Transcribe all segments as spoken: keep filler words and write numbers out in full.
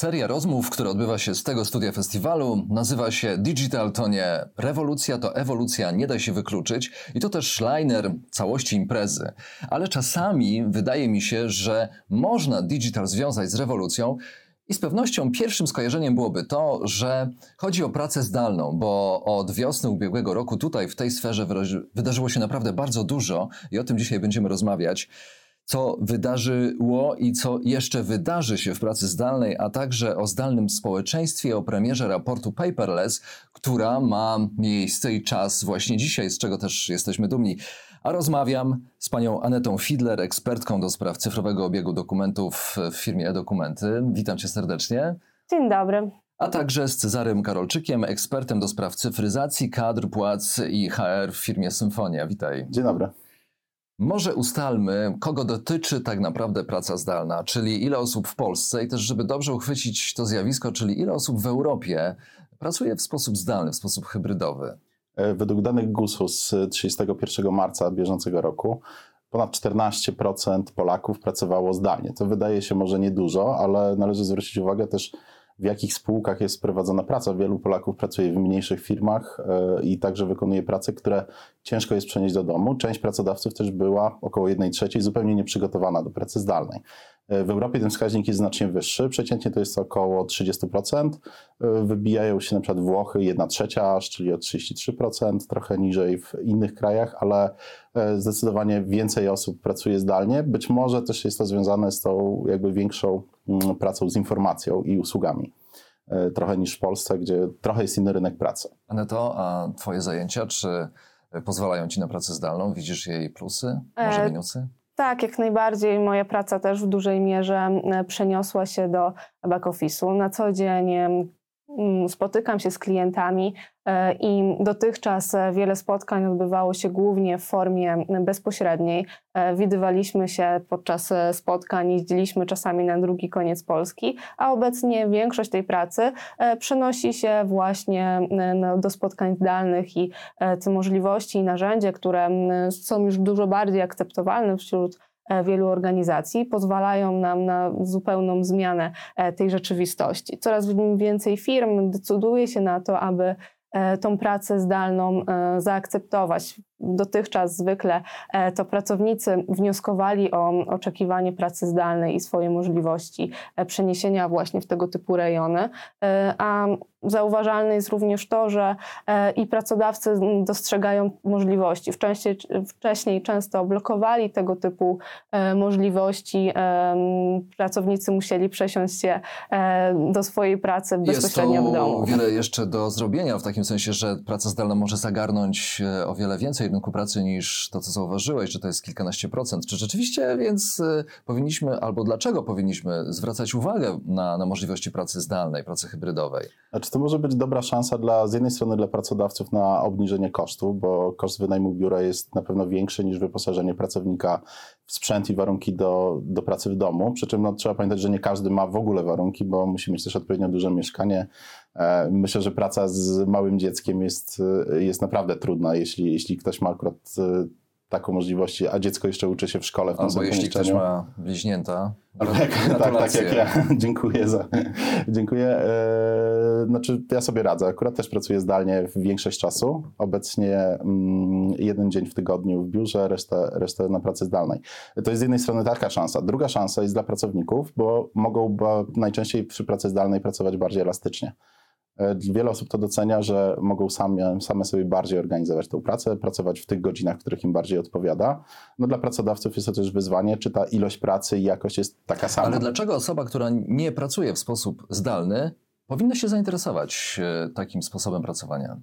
Seria rozmów, która odbywa się z tego studia festiwalu, nazywa się Digital to nie rewolucja, to ewolucja, nie da się wykluczyć. I to też szlajner całości imprezy. Ale czasami wydaje mi się, że można digital związać z rewolucją i z pewnością pierwszym skojarzeniem byłoby to, że chodzi o pracę zdalną, bo od wiosny ubiegłego roku tutaj w tej sferze wydarzyło się naprawdę bardzo dużo i o tym dzisiaj będziemy rozmawiać. Co wydarzyło i co jeszcze wydarzy się w pracy zdalnej, a także o zdalnym społeczeństwie, o premierze raportu Paperless, która ma miejsce i czas właśnie dzisiaj, z czego też jesteśmy dumni. A rozmawiam z panią Anetą Fidler, ekspertką do spraw cyfrowego obiegu dokumentów w firmie e-Dokumenty. Witam cię serdecznie. Dzień dobry. A także z Cezarym Karolczykiem, ekspertem do spraw cyfryzacji, kadr, płac i H R w firmie Symfonia. Witaj. Dzień dobry. Może ustalmy, kogo dotyczy tak naprawdę praca zdalna, czyli ile osób w Polsce i też, żeby dobrze uchwycić to zjawisko, czyli ile osób w Europie pracuje w sposób zdalny, w sposób hybrydowy. Według danych gusu z trzydziestego pierwszego marca bieżącego roku ponad czternaście procent Polaków pracowało zdalnie. To wydaje się może niedużo, ale należy zwrócić uwagę też, w jakich spółkach jest prowadzona praca. Wielu Polaków pracuje w mniejszych firmach i także wykonuje prace, które ciężko jest przenieść do domu. Część pracodawców też była, około jednej trzeciej, zupełnie nieprzygotowana do pracy zdalnej. W Europie ten wskaźnik jest znacznie wyższy, przeciętnie to jest około trzydzieści procent. Wybijają się na przykład Włochy, jedna trzecia aż, czyli o trzydzieści trzy procent, trochę niżej w innych krajach, ale zdecydowanie więcej osób pracuje zdalnie. Być może też jest to związane z tą jakby większą pracą z informacją i usługami. Trochę niż w Polsce, gdzie trochę jest inny rynek pracy. Aneto, a twoje zajęcia, czy pozwalają ci na pracę zdalną? Widzisz jej plusy, może minusy? Tak, jak najbardziej. Moja praca też w dużej mierze przeniosła się do back office'u. Na co dzień spotykam się z klientami i dotychczas wiele spotkań odbywało się głównie w formie bezpośredniej. Widywaliśmy się podczas spotkań, jeździliśmy czasami na drugi koniec Polski, a obecnie większość tej pracy przenosi się właśnie do spotkań zdalnych i te możliwości i narzędzia, które są już dużo bardziej akceptowalne wśród wielu organizacji, pozwalają nam na zupełną zmianę tej rzeczywistości. Coraz więcej firm decyduje się na to, aby tą pracę zdalną zaakceptować. Dotychczas zwykle to pracownicy wnioskowali o oczekiwanie pracy zdalnej i swoje możliwości przeniesienia właśnie w tego typu rejony, a zauważalne jest również to, że i pracodawcy dostrzegają możliwości. Wcześniej, wcześniej często blokowali tego typu możliwości. Pracownicy musieli przesiąść się do swojej pracy bezpośrednio w domu. Jest wiele jeszcze do zrobienia, w takim sensie, że praca zdalna może zagarnąć o wiele więcej rynku pracy niż to, co zauważyłeś, że to jest kilkanaście procent. Czy rzeczywiście więc powinniśmy, albo dlaczego powinniśmy zwracać uwagę na, na możliwości pracy zdalnej, pracy hybrydowej? Znaczy, to może być dobra szansa dla, z jednej strony dla pracodawców na obniżenie kosztów, bo koszt wynajmu biura jest na pewno większy niż wyposażenie pracownika w sprzęt i warunki do, do pracy w domu. Przy czym no, trzeba pamiętać, że nie każdy ma w ogóle warunki, bo musi mieć też odpowiednio duże mieszkanie. Myślę, że praca z małym dzieckiem jest, jest naprawdę trudna, jeśli, jeśli ktoś ma akurat taką możliwość, a dziecko jeszcze uczy się w szkole w tym Albo jeśli ktoś ma bliźnięta. Tak, tak, tak jak ja. Dziękuję za. Dziękuję. E, znaczy, ja sobie radzę. Akurat też pracuję zdalnie w większość czasu. Obecnie mm, jeden dzień w tygodniu w biurze, resztę, resztę na pracy zdalnej. To jest z jednej strony taka szansa. Druga szansa jest dla pracowników, bo mogą najczęściej przy pracy zdalnej pracować bardziej elastycznie. Wiele osób to docenia, że mogą same, same sobie bardziej organizować tę pracę, pracować w tych godzinach, w których im bardziej odpowiada. No dla pracodawców jest to też wyzwanie, czy ta ilość pracy i jakość jest taka sama. Ale dlaczego osoba, która nie pracuje w sposób zdalny, powinna się zainteresować takim sposobem pracowania?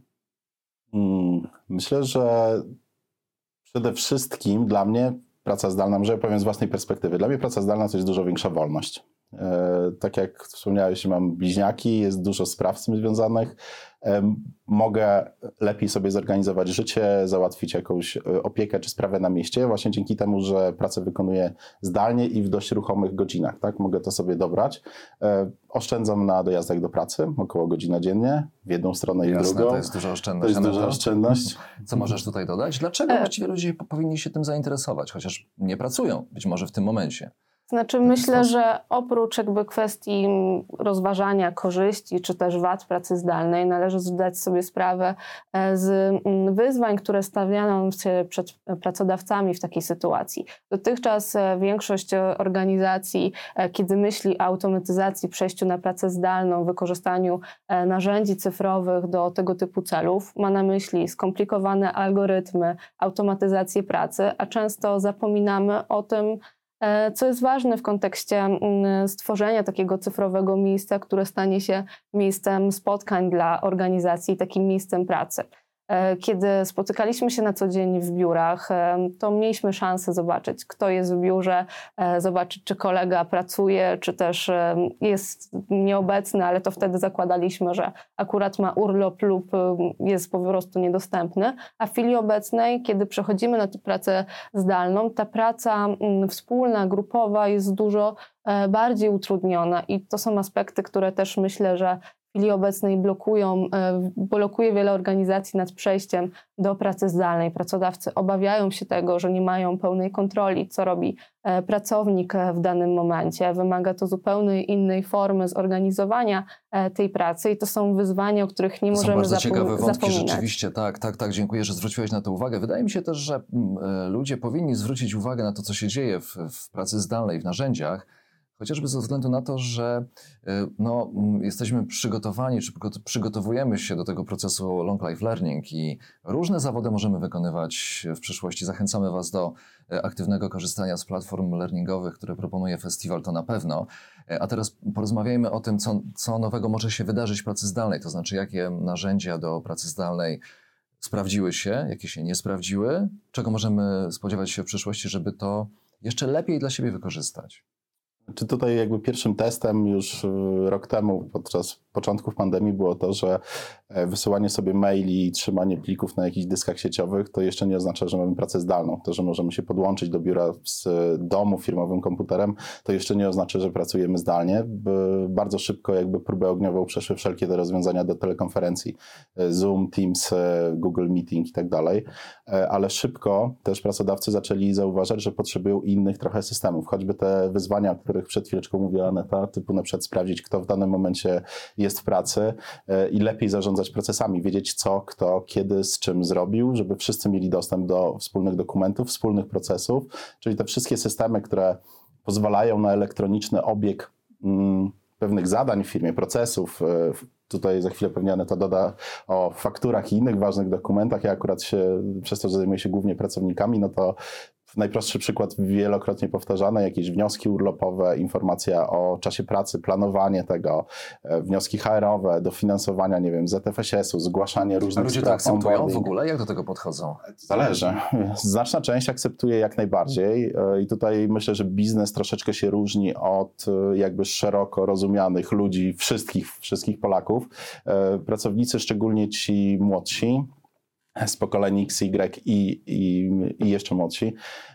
Myślę, że przede wszystkim dla mnie praca zdalna, może ja powiem z własnej perspektywy, dla mnie praca zdalna to jest dużo większa wolność. Tak jak wspomniałeś, mam bliźniaki, jest dużo spraw z tym związanych. Mogę lepiej sobie zorganizować życie, załatwić jakąś opiekę czy sprawę na mieście, właśnie dzięki temu, że pracę wykonuję zdalnie i w dość ruchomych godzinach. Tak? Mogę to sobie dobrać. Oszczędzam na dojazdach do pracy, około godzina dziennie, w jedną stronę i w Jasne, drugą. To jest duża oszczędność. To jest duża oszczędność. Co możesz tutaj dodać? Dlaczego właściwie ludzie powinni się tym zainteresować, chociaż nie pracują być może w tym momencie? Znaczy myślę, że oprócz jakby kwestii rozważania korzyści czy też wad pracy zdalnej należy zdać sobie sprawę z wyzwań, które stawiano się przed pracodawcami w takiej sytuacji. Dotychczas większość organizacji, kiedy myśli o automatyzacji, przejściu na pracę zdalną, wykorzystaniu narzędzi cyfrowych do tego typu celów, ma na myśli skomplikowane algorytmy, automatyzację pracy, a często zapominamy o tym, co jest ważne w kontekście stworzenia takiego cyfrowego miejsca, które stanie się miejscem spotkań dla organizacji, takim miejscem pracy. Kiedy spotykaliśmy się na co dzień w biurach, to mieliśmy szansę zobaczyć, kto jest w biurze, zobaczyć, czy kolega pracuje, czy też jest nieobecny, ale to wtedy zakładaliśmy, że akurat ma urlop lub jest po prostu niedostępny. A w chwili obecnej, kiedy przechodzimy na tę pracę zdalną, ta praca wspólna, grupowa jest dużo bardziej utrudniona i to są aspekty, które też myślę, że w chwili obecnej blokują, blokuje wiele organizacji nad przejściem do pracy zdalnej. Pracodawcy obawiają się tego, że nie mają pełnej kontroli, co robi pracownik w danym momencie. Wymaga to zupełnie innej formy zorganizowania tej pracy i to są wyzwania, o których nie to możemy są bardzo zapom- ciekawe wątki, zapominać. rzeczywiście, tak, tak, tak, dziękuję, że zwróciłeś na to uwagę. Wydaje mi się też, że ludzie powinni zwrócić uwagę na to, co się dzieje w, w pracy zdalnej, w narzędziach, chociażby ze względu na to, że no, jesteśmy przygotowani, czy przygotowujemy się do tego procesu long life learning i różne zawody możemy wykonywać w przyszłości. Zachęcamy Was do aktywnego korzystania z platform learningowych, które proponuje festiwal, to na pewno. A teraz porozmawiajmy o tym, co, co nowego może się wydarzyć w pracy zdalnej, to znaczy jakie narzędzia do pracy zdalnej sprawdziły się, jakie się nie sprawdziły, czego możemy spodziewać się w przyszłości, żeby to jeszcze lepiej dla siebie wykorzystać. Czy tutaj jakby pierwszym testem już rok temu podczas początków pandemii było to, że wysyłanie sobie maili i trzymanie plików na jakichś dyskach sieciowych to jeszcze nie oznacza, że mamy pracę zdalną. To, że możemy się podłączyć do biura z domu firmowym komputerem, to jeszcze nie oznacza, że pracujemy zdalnie. Bardzo szybko jakby próbę ogniową przeszły wszelkie te rozwiązania do telekonferencji. Zoom, Teams, Google Meeting i tak dalej. Ale szybko też pracodawcy zaczęli zauważać, że potrzebują innych trochę systemów. Choćby te wyzwania, o których przed chwileczką mówiła Aneta, typu na przykład sprawdzić, kto w danym momencie jest w pracy i lepiej zarządzać procesami, wiedzieć co, kto, kiedy, z czym zrobił, żeby wszyscy mieli dostęp do wspólnych dokumentów, wspólnych procesów, czyli te wszystkie systemy, które pozwalają na elektroniczny obieg mm, pewnych zadań w firmie, procesów. Tutaj za chwilę pewnie Aneta doda o fakturach i innych ważnych dokumentach. Ja akurat się, przez to, że zajmuję się głównie pracownikami, no to najprostszy przykład wielokrotnie powtarzany, jakieś wnioski urlopowe, informacja o czasie pracy, planowanie tego, wnioski H R owe, dofinansowania, nie wiem, Z F S S u, zgłaszanie różnych A ludzie to spraw, akceptują w onboarding. ogóle? Jak do tego podchodzą? Zależy. Znaczna część akceptuje jak najbardziej i tutaj myślę, że biznes troszeczkę się różni od jakby szeroko rozumianych ludzi, wszystkich, wszystkich Polaków. Pracownicy, szczególnie ci młodsi, z pokoleń X, Y i, i, i jeszcze młodsi.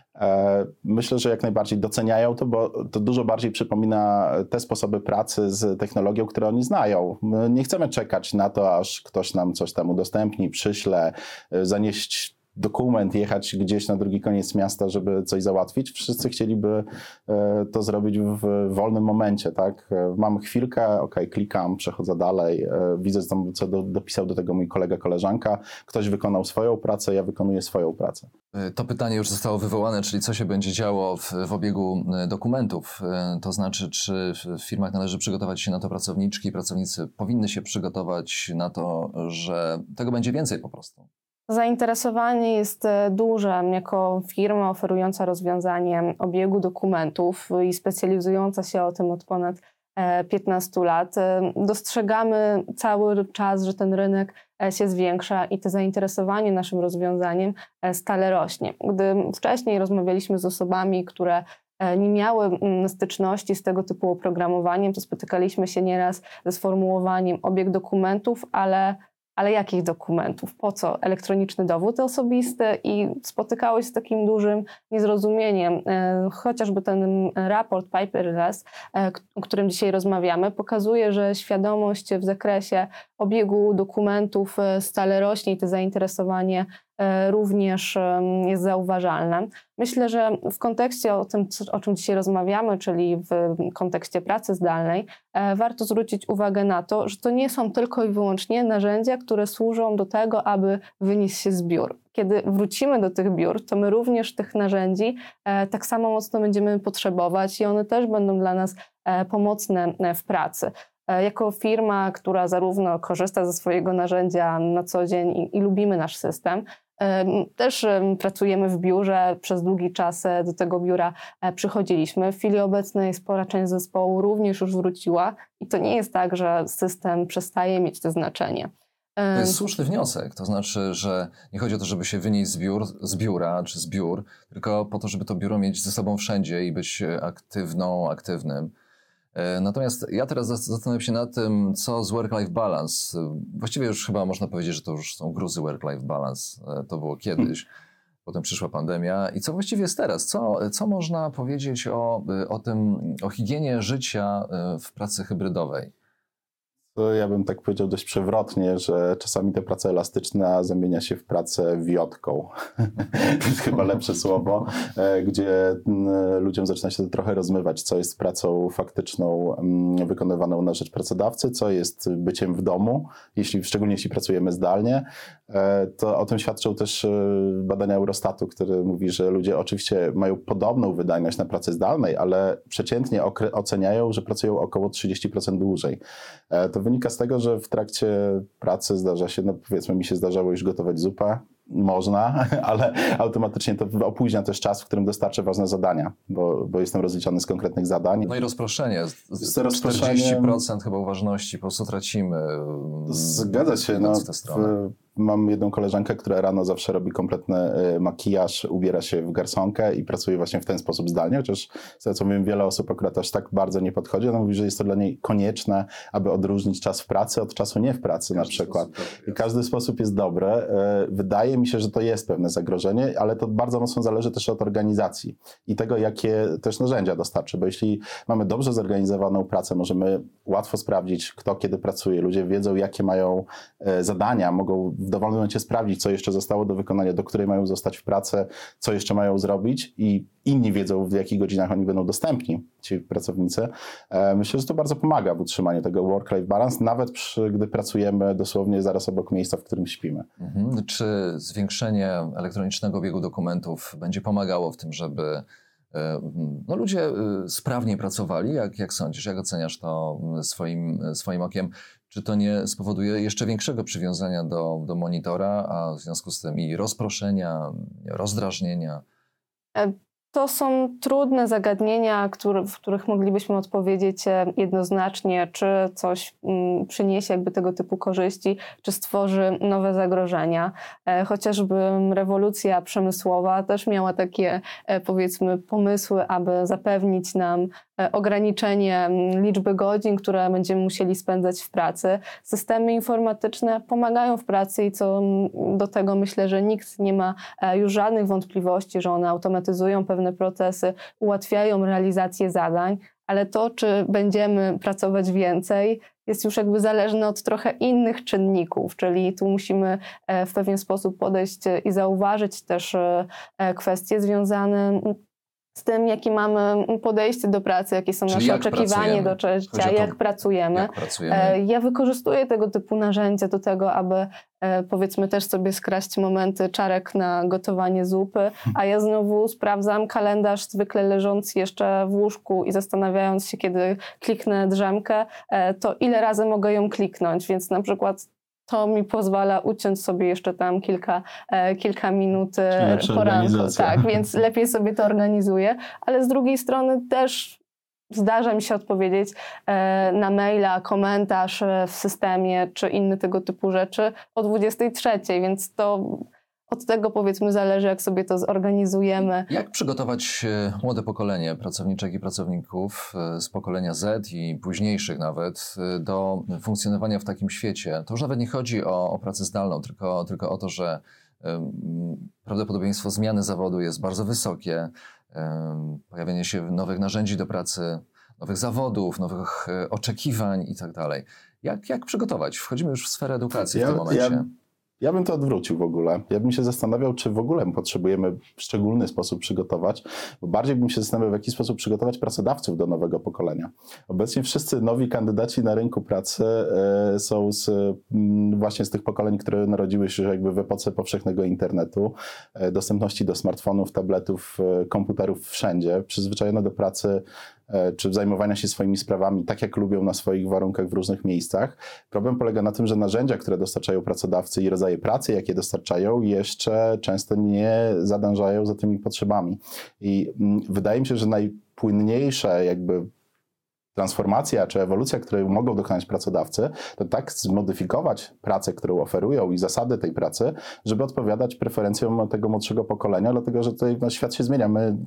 Myślę, że jak najbardziej doceniają to, bo to dużo bardziej przypomina te sposoby pracy z technologią, które oni znają. My nie chcemy czekać na to, aż ktoś nam coś tam udostępni, przyśle, zanieść dokument, jechać gdzieś na drugi koniec miasta, żeby coś załatwić. Wszyscy chcieliby to zrobić w wolnym momencie, tak? Mam chwilkę, ok, klikam, przechodzę dalej, widzę, co do, dopisał do tego mój kolega, koleżanka, ktoś wykonał swoją pracę, ja wykonuję swoją pracę. To pytanie już zostało wywołane, czyli co się będzie działo w, w obiegu dokumentów, to znaczy, czy w firmach należy przygotować się na to pracowniczki, pracownicy powinny się przygotować na to, że tego będzie więcej po prostu. Zainteresowanie jest duże. Jako firma oferująca rozwiązanie obiegu dokumentów i specjalizująca się o tym od ponad piętnastu lat, dostrzegamy cały czas, że ten rynek się zwiększa i to zainteresowanie naszym rozwiązaniem stale rośnie. Gdy wcześniej rozmawialiśmy z osobami, które nie miały styczności z tego typu oprogramowaniem, to spotykaliśmy się nieraz ze sformułowaniem obieg dokumentów, ale Ale jakich dokumentów? Po co? Elektroniczny dowód osobisty i spotykało się z takim dużym niezrozumieniem. Chociażby ten raport paperless, o którym dzisiaj rozmawiamy, pokazuje, że świadomość w zakresie obiegu dokumentów stale rośnie i to zainteresowanie również jest zauważalne. Myślę, że w kontekście o tym, o czym dzisiaj rozmawiamy, czyli w kontekście pracy zdalnej, warto zwrócić uwagę na to, że to nie są tylko i wyłącznie narzędzia, które służą do tego, aby wynieść się z biur. Kiedy wrócimy do tych biur, to my również tych narzędzi tak samo mocno będziemy potrzebować i one też będą dla nas pomocne w pracy. Jako firma, która zarówno korzysta ze swojego narzędzia na co dzień i, i lubimy nasz system, też pracujemy w biurze, przez długi czas do tego biura przychodziliśmy. W chwili obecnej spora część zespołu również już wróciła i to nie jest tak, że system przestaje mieć to znaczenie. To jest słuszny wniosek, to znaczy, że nie chodzi o to, żeby się wynieść z, biur, z biura czy z biur, tylko po to, żeby to biuro mieć ze sobą wszędzie i być aktywną, aktywnym. Natomiast ja teraz zastanawiam się nad tym, co z work-life balance. Właściwie już chyba można powiedzieć, że to już są gruzy work-life balance. To było kiedyś, potem przyszła pandemia. I co właściwie jest teraz? Co, co można powiedzieć o, o tym, o higienie życia w pracy hybrydowej? To ja bym tak powiedział dość przewrotnie, że czasami ta praca elastyczna zamienia się w pracę wiotką. To jest chyba lepsze słowo, gdzie ludziom zaczyna się to trochę rozmywać, co jest pracą faktyczną wykonywaną na rzecz pracodawcy, co jest byciem w domu, jeśli, szczególnie jeśli pracujemy zdalnie. To o tym świadczą też badania Eurostatu, które mówi, że ludzie oczywiście mają podobną wydajność na pracy zdalnej, ale przeciętnie oceniają, że pracują około trzydzieści procent dłużej. To wynika z tego, że w trakcie pracy zdarza się, no powiedzmy mi się zdarzało już gotować zupę, można, ale automatycznie to opóźnia też czas, w którym dostarczę ważne zadania, bo, bo jestem rozliczany z konkretnych zadań. No i rozproszenie. Z rozproszeniem... czterdzieści procent chyba uważności po prostu tracimy. Zgadza się. No, w, mam jedną koleżankę, która rano zawsze robi kompletny makijaż, ubiera się w garsonkę i pracuje właśnie w ten sposób zdalnie, chociaż z tego co wiem, wiele osób akurat aż tak bardzo nie podchodzi. Ona mówi, że jest to dla niej konieczne, aby odróżnić czas w pracy od czasu nie w pracy każdy na przykład. I każdy sposób jest dobry. Wydaje mi się, że to jest pewne zagrożenie, ale to bardzo mocno zależy też od organizacji i tego, jakie też narzędzia dostarczy, bo jeśli mamy dobrze zorganizowaną pracę, możemy łatwo sprawdzić, kto kiedy pracuje, ludzie wiedzą, jakie mają zadania, mogą w dowolnym momencie sprawdzić, co jeszcze zostało do wykonania, do której mają zostać w pracę, co jeszcze mają zrobić i inni wiedzą, w jakich godzinach oni będą dostępni, ci pracownicy. Myślę, że to bardzo pomaga w utrzymaniu tego work-life balance, nawet przy, gdy pracujemy dosłownie zaraz obok miejsca, w którym śpimy. Mhm. Czy zwiększenie elektronicznego biegu dokumentów będzie pomagało w tym, żeby no, ludzie sprawniej pracowali? Jak, jak sądzisz, jak oceniasz to swoim, swoim okiem? Czy to nie spowoduje jeszcze większego przywiązania do, do monitora, a w związku z tym i rozproszenia, rozdrażnienia? To są trudne zagadnienia, które, w których moglibyśmy odpowiedzieć jednoznacznie, czy coś mm, przyniesie jakby tego typu korzyści, czy stworzy nowe zagrożenia. E, chociażby rewolucja przemysłowa też miała takie, e, powiedzmy, pomysły, aby zapewnić nam e, ograniczenie liczby godzin, które będziemy musieli spędzać w pracy. Systemy informatyczne pomagają w pracy i co do tego myślę, że nikt nie ma e, już żadnych wątpliwości, że one automatyzują pewne procesy, ułatwiają realizację zadań, ale to, czy będziemy pracować więcej, jest już jakby zależne od trochę innych czynników, czyli tu musimy w pewien sposób podejść i zauważyć też kwestie związane z tym, jakie mamy podejście do pracy, jakie są Czyli nasze oczekiwania do życia, jak pracujemy. jak pracujemy. Ja wykorzystuję tego typu narzędzia do tego, aby powiedzmy też sobie skraść momenty czarek na gotowanie zupy, a ja znowu sprawdzam kalendarz zwykle leżąc jeszcze w łóżku i zastanawiając się, kiedy kliknę drzemkę, to ile razy mogę ją kliknąć, więc na przykład to mi pozwala uciąć sobie jeszcze tam kilka, e, kilka minut poranku. Tak, więc lepiej sobie to organizuję, ale z drugiej strony też zdarza mi się odpowiedzieć e, na maila, komentarz w systemie czy inne tego typu rzeczy o dwudziestej trzeciej, więc to od tego powiedzmy zależy, jak sobie to zorganizujemy. Jak przygotować młode pokolenie pracowniczek i pracowników z pokolenia Z i późniejszych nawet do funkcjonowania w takim świecie? To już nawet nie chodzi o, o pracę zdalną, tylko, tylko o to, że um, prawdopodobieństwo zmiany zawodu jest bardzo wysokie, um, pojawienie się nowych narzędzi do pracy, nowych zawodów, nowych oczekiwań i tak dalej. Jak, jak przygotować? Wchodzimy już w sferę edukacji ja, w tym momencie. Ja... Ja bym to odwrócił w ogóle. Ja bym się zastanawiał, czy w ogóle potrzebujemy w szczególny sposób przygotować, bo bardziej bym się zastanawiał, w jaki sposób przygotować pracodawców do nowego pokolenia. Obecnie wszyscy nowi kandydaci na rynku pracy e, są z, m, właśnie z tych pokoleń, które narodziły się jakby w epoce powszechnego internetu, e, dostępności do smartfonów, tabletów, e, komputerów wszędzie, przyzwyczajone do pracy czy zajmowania się swoimi sprawami tak, jak lubią na swoich warunkach w różnych miejscach. Problem polega na tym, że narzędzia, które dostarczają pracodawcy i rodzaje pracy, jakie dostarczają, jeszcze często nie zadążają za tymi potrzebami. I wydaje mi się, że najpłynniejsza jakby transformacja czy ewolucja, której mogą dokonać pracodawcy, to tak zmodyfikować pracę, którą oferują i zasady tej pracy, żeby odpowiadać preferencjom tego młodszego pokolenia, dlatego że tutaj no, świat się zmienia. My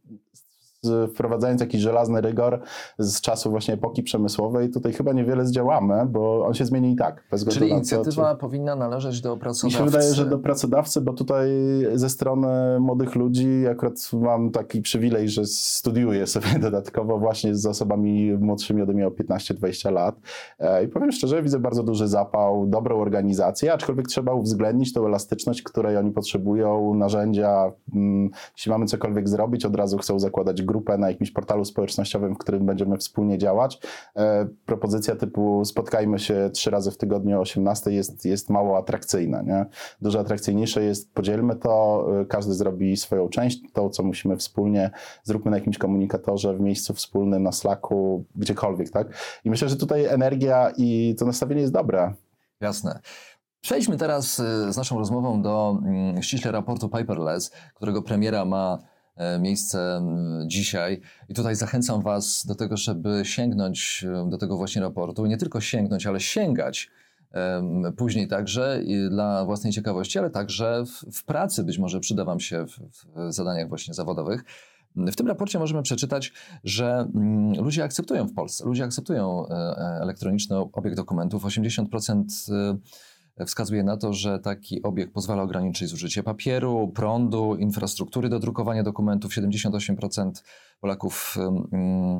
wprowadzając jakiś żelazny rygor z czasów właśnie epoki przemysłowej, tutaj chyba niewiele zdziałamy, bo on się zmieni i tak. Bez Czyli na inicjatywa to, czy... powinna należeć do pracodawcy. Mi się wydaje, że do pracodawcy, bo tutaj ze strony młodych ludzi akurat mam taki przywilej, że studiuję sobie dodatkowo właśnie z osobami młodszymi ode mnie o piętnaście dwadzieścia lat i powiem szczerze, widzę bardzo duży zapał, dobrą organizację, aczkolwiek trzeba uwzględnić tą elastyczność, której oni potrzebują, narzędzia, jeśli mamy cokolwiek zrobić, od razu chcą zakładać grupę na jakimś portalu społecznościowym, w którym będziemy wspólnie działać. E, propozycja typu spotkajmy się trzy razy w tygodniu o osiemnastej jest, jest mało atrakcyjna. Nie? Dużo atrakcyjniejsze jest podzielmy to, e, każdy zrobi swoją część, to co musimy wspólnie, zróbmy na jakimś komunikatorze, w miejscu wspólnym, na Slacku, gdziekolwiek. Tak? I myślę, że tutaj energia i to nastawienie jest dobre. Jasne. Przejdźmy teraz z naszą rozmową do mm, ściśle raportu Paperless, którego premiera ma miejsce dzisiaj i tutaj zachęcam Was do tego, żeby sięgnąć do tego właśnie raportu i nie tylko sięgnąć, ale sięgać później także dla własnej ciekawości, ale także w, w pracy być może przyda Wam się w, w zadaniach właśnie zawodowych. W tym raporcie możemy przeczytać, że ludzie akceptują w Polsce, ludzie akceptują elektroniczny obieg dokumentów. osiemdziesiąt procent wskazuje na to, że taki obieg pozwala ograniczyć zużycie papieru, prądu, infrastruktury do drukowania dokumentów. siedemdziesiąt osiem procent Polaków um,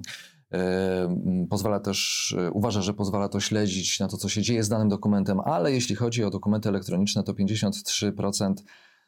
um, pozwala też, uważa, że pozwala to śledzić na to, co się dzieje z danym dokumentem, ale jeśli chodzi o dokumenty elektroniczne, to pięćdziesiąt trzy procent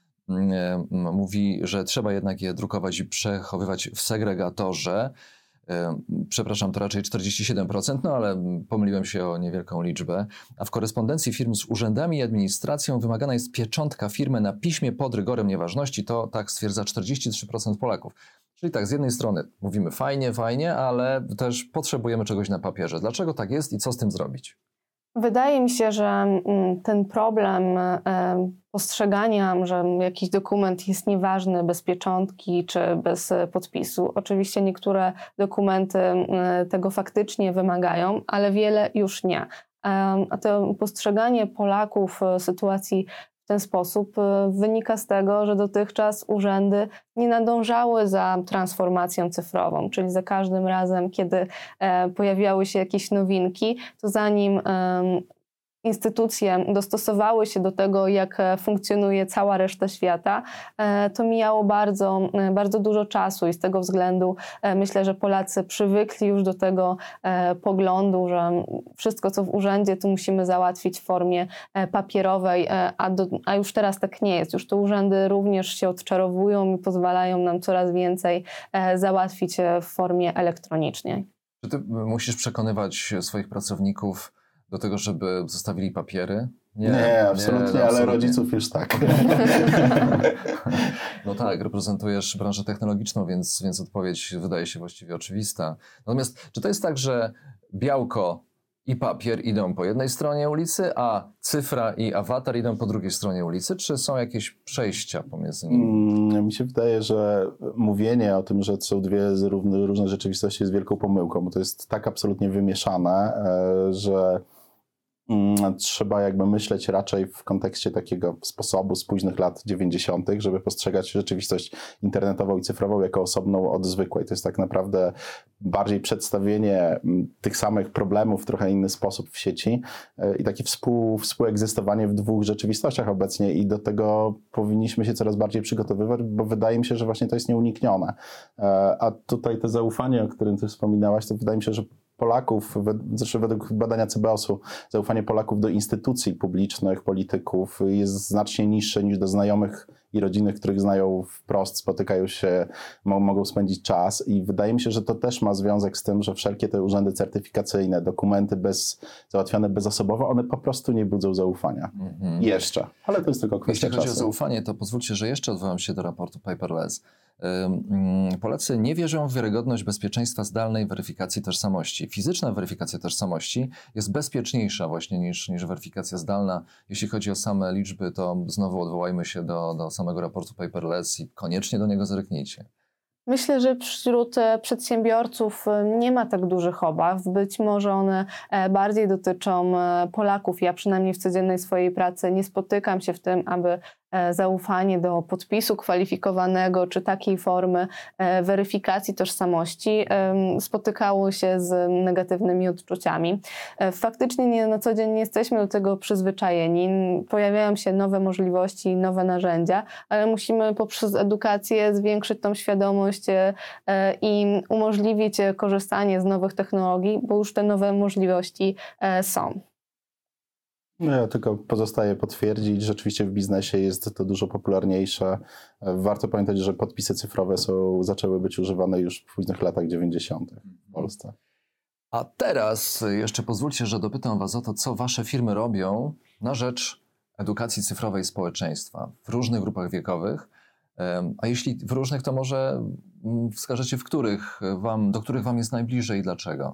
mówi, że trzeba jednak je drukować i przechowywać w segregatorze. Przepraszam, to raczej czterdzieści siedem procent, no ale pomyliłem się o niewielką liczbę. A w korespondencji firm z urzędami i administracją wymagana jest pieczątka firmy na piśmie pod rygorem nieważności. To tak stwierdza czterdzieści trzy procent Polaków. Czyli tak, z jednej strony mówimy fajnie, fajnie, ale też potrzebujemy czegoś na papierze. Dlaczego tak jest i co z tym zrobić? Wydaje mi się, że ten problem postrzegania, że jakiś dokument jest nieważny bez pieczątki czy bez podpisu. Oczywiście niektóre dokumenty tego faktycznie wymagają, ale wiele już nie. A to postrzeganie Polaków sytuacji w ten sposób wynika z tego, że dotychczas urzędy nie nadążały za transformacją cyfrową, czyli za każdym razem, kiedy pojawiały się jakieś nowinki, to zanim instytucje dostosowały się do tego, jak funkcjonuje cała reszta świata, to mijało bardzo, bardzo dużo czasu i z tego względu myślę, że Polacy przywykli już do tego poglądu, że wszystko, co w urzędzie, to musimy załatwić w formie papierowej, a, do, a już teraz tak nie jest. Już te urzędy również się odczarowują i pozwalają nam coraz więcej załatwić w formie elektronicznej. Czy ty musisz przekonywać swoich pracowników do tego, żeby zostawili papiery? Nie, nie absolutnie, nie, ale absolutnie. Rodziców już tak. No tak, reprezentujesz branżę technologiczną, więc, więc odpowiedź wydaje się właściwie oczywista. Natomiast czy to jest tak, że białko i papier idą po jednej stronie ulicy, a cyfra i awatar idą po drugiej stronie ulicy? Czy są jakieś przejścia pomiędzy nimi? Mm, mi się wydaje, że mówienie o tym, że to są dwie różne rzeczywistości jest wielką pomyłką, bo to jest tak absolutnie wymieszane, że trzeba jakby myśleć raczej w kontekście takiego sposobu z późnych lat dziewięćdziesiątych, żeby postrzegać rzeczywistość internetową i cyfrową jako osobną od zwykłej. To jest tak naprawdę bardziej przedstawienie tych samych problemów w trochę inny sposób w sieci i takie współ, współegzystowanie w dwóch rzeczywistościach obecnie i do tego powinniśmy się coraz bardziej przygotowywać, bo wydaje mi się, że właśnie to jest nieuniknione. A tutaj to zaufanie, o którym ty wspominałaś, to wydaje mi się, że Polaków, zresztą według badania C B O S-u, zaufanie Polaków do instytucji publicznych, polityków jest znacznie niższe niż do znajomych i rodziny, których znają wprost, spotykają się, mogą spędzić czas i wydaje mi się, że to też ma związek z tym, że wszelkie te urzędy certyfikacyjne, dokumenty bez, załatwiane bezosobowo, one po prostu nie budzą zaufania. Mm-hmm. Jeszcze, ale to jest tylko kwestia Jeśli chodzi czasu. o zaufanie, to pozwólcie, że jeszcze odwołam się do raportu Paperless. Polacy nie wierzą w wiarygodność bezpieczeństwa zdalnej weryfikacji tożsamości. Fizyczna weryfikacja tożsamości jest bezpieczniejsza właśnie niż, niż weryfikacja zdalna. Jeśli chodzi o same liczby, to znowu odwołajmy się do, do samego raportu Paperless i koniecznie do niego zerknijcie. Myślę, że wśród przedsiębiorców nie ma tak dużych obaw. Być może one bardziej dotyczą Polaków. Ja przynajmniej w codziennej swojej pracy nie spotykam się w tym, aby zaufanie do podpisu kwalifikowanego czy takiej formy weryfikacji tożsamości spotykało się z negatywnymi odczuciami. Faktycznie nie, na co dzień nie jesteśmy do tego przyzwyczajeni. Pojawiają się nowe możliwości, nowe narzędzia, ale musimy poprzez edukację zwiększyć tą świadomość i umożliwić korzystanie z nowych technologii, bo już te nowe możliwości są. No ja tylko pozostaje potwierdzić, rzeczywiście w biznesie jest to dużo popularniejsze. Warto pamiętać, że podpisy cyfrowe są, zaczęły być używane już w późnych latach dziewięćdziesiątych w Polsce. A teraz jeszcze pozwólcie, że dopytam was o to, co wasze firmy robią na rzecz edukacji cyfrowej społeczeństwa w różnych grupach wiekowych. A jeśli w różnych, to może wskażecie, w których wam, do których wam jest najbliżej i dlaczego?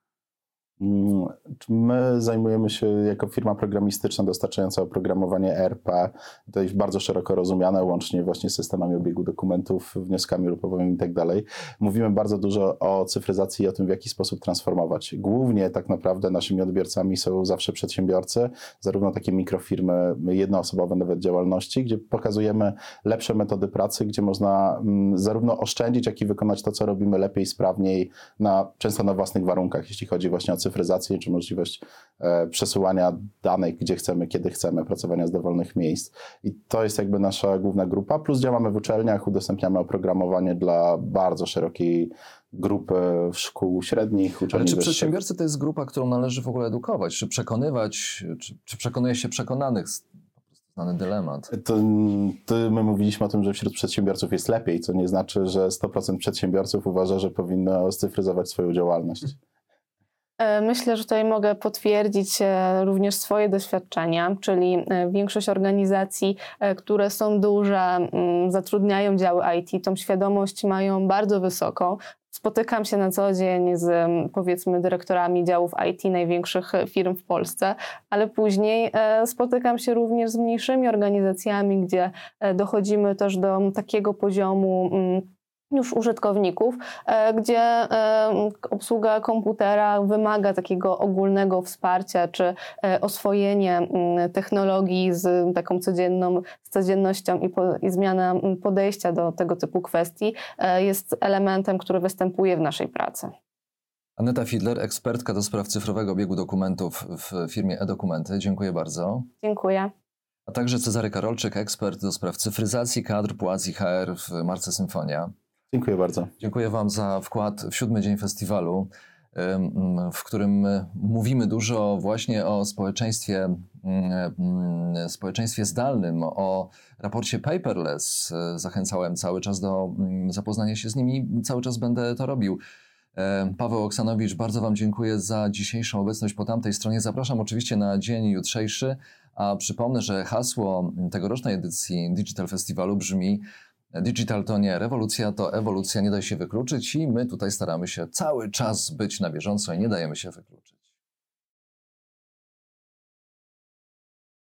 My zajmujemy się jako firma programistyczna dostarczająca oprogramowanie E R P, to jest bardzo szeroko rozumiane, łącznie właśnie z systemami obiegu dokumentów, wnioskami grupowymi i tak dalej. Mówimy bardzo dużo o cyfryzacji i o tym, w jaki sposób transformować. Głównie tak naprawdę naszymi odbiorcami są zawsze przedsiębiorcy, zarówno takie mikrofirmy, jednoosobowe nawet działalności, gdzie pokazujemy lepsze metody pracy, gdzie można zarówno oszczędzić, jak i wykonać to, co robimy lepiej, sprawniej, na, często na własnych warunkach, jeśli chodzi właśnie o cyfryzację, czy możliwość e, przesyłania danych, gdzie chcemy, kiedy chcemy, pracowania z dowolnych miejsc. I to jest jakby nasza główna grupa, plus działamy w uczelniach, udostępniamy oprogramowanie dla bardzo szerokiej grupy szkół średnich, uczelni Ale czy wyższych. przedsiębiorcy to jest grupa, którą należy w ogóle edukować, czy przekonywać, czy, czy przekonuje się przekonanych? Po prostu znany dylemat. To, to my mówiliśmy o tym, że wśród przedsiębiorców jest lepiej, co nie znaczy, że sto procent przedsiębiorców uważa, że powinno scyfryzować swoją działalność. Myślę, że tutaj mogę potwierdzić również swoje doświadczenia, czyli większość organizacji, które są duże, zatrudniają działy I T, tą świadomość mają bardzo wysoką. Spotykam się na co dzień z, powiedzmy, dyrektorami działów I T największych firm w Polsce, ale później spotykam się również z mniejszymi organizacjami, gdzie dochodzimy też do takiego poziomu już użytkowników, gdzie obsługa komputera wymaga takiego ogólnego wsparcia czy oswojenie technologii z taką codzienną, z codziennością i, po, i zmiana podejścia do tego typu kwestii jest elementem, który występuje w naszej pracy. Aneta Fidler, ekspertka do spraw cyfrowego obiegu dokumentów w firmie e-Dokumenty. Dziękuję bardzo. Dziękuję. A także Cezary Karolczyk, ekspert do spraw cyfryzacji kadr, płac i H R w marce Symfonia. Dziękuję bardzo. Dziękuję wam za wkład w siódmy dzień festiwalu, w którym mówimy dużo właśnie o społeczeństwie, społeczeństwie zdalnym, o raporcie Paperless. Zachęcałem cały czas do zapoznania się z nimi, cały czas będę to robił. Paweł Oksanowicz, bardzo wam dziękuję za dzisiejszą obecność po tamtej stronie. Zapraszam oczywiście na dzień jutrzejszy, a przypomnę, że hasło tegorocznej edycji Digital Festiwalu brzmi: Digital to nie rewolucja, to ewolucja, nie da się wykluczyć i my tutaj staramy się cały czas być na bieżąco i nie dajemy się wykluczyć.